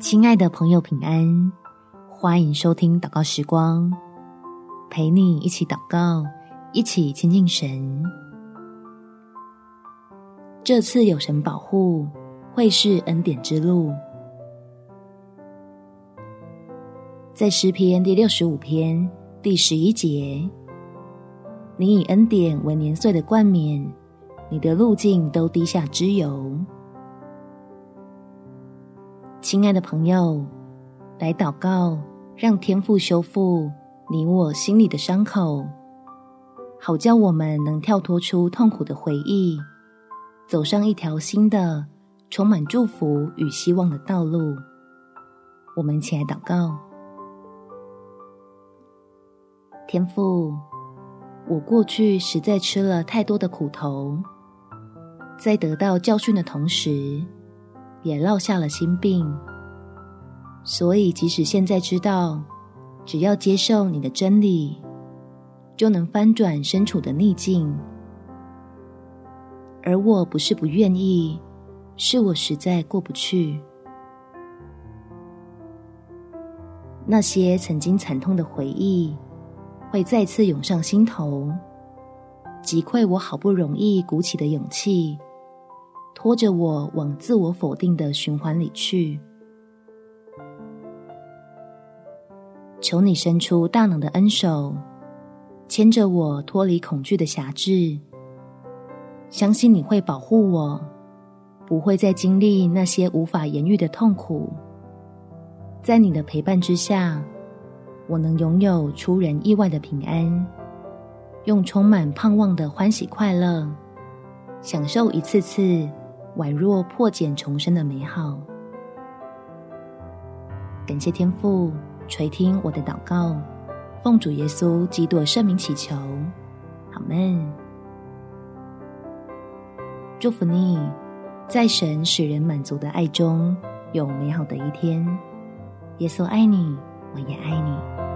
亲爱的朋友平安，欢迎收听祷告时光，陪你一起祷告，一起亲近神。这次有神保护，会是恩典之路。在诗篇第65篇第11节，你以恩典为年岁的冠冕，你的路径都滴下脂油。亲爱的朋友，来祷告，让天父修复你我心里的伤口，好叫我们能跳脱出痛苦的回忆，走上一条新的充满祝福与希望的道路。我们一起来祷告。天父，我过去实在吃了太多的苦头，在得到教训的同时也落下了心病，所以即使现在知道只要接受你的真理，就能翻转身处的逆境。而我不是不愿意，是我实在过不去。那些曾经惨痛的回忆会再次涌上心头，击溃我好不容易鼓起的勇气，拖着我往自我否定的循环里去。求你伸出大能的恩手，牵着我脱离恐惧的辖制，相信你会保护我，不会再经历那些无法言喻的痛苦。在你的陪伴之下，我能拥有出人意外的平安，用充满盼望的欢喜快乐，享受一次次宛若破茧重生的美好。感谢天父垂听我的祷告，奉主耶稣基督的圣名祈求，阿们。祝福你，在神使人满足的爱中有美好的一天。耶稣爱你，我也爱你。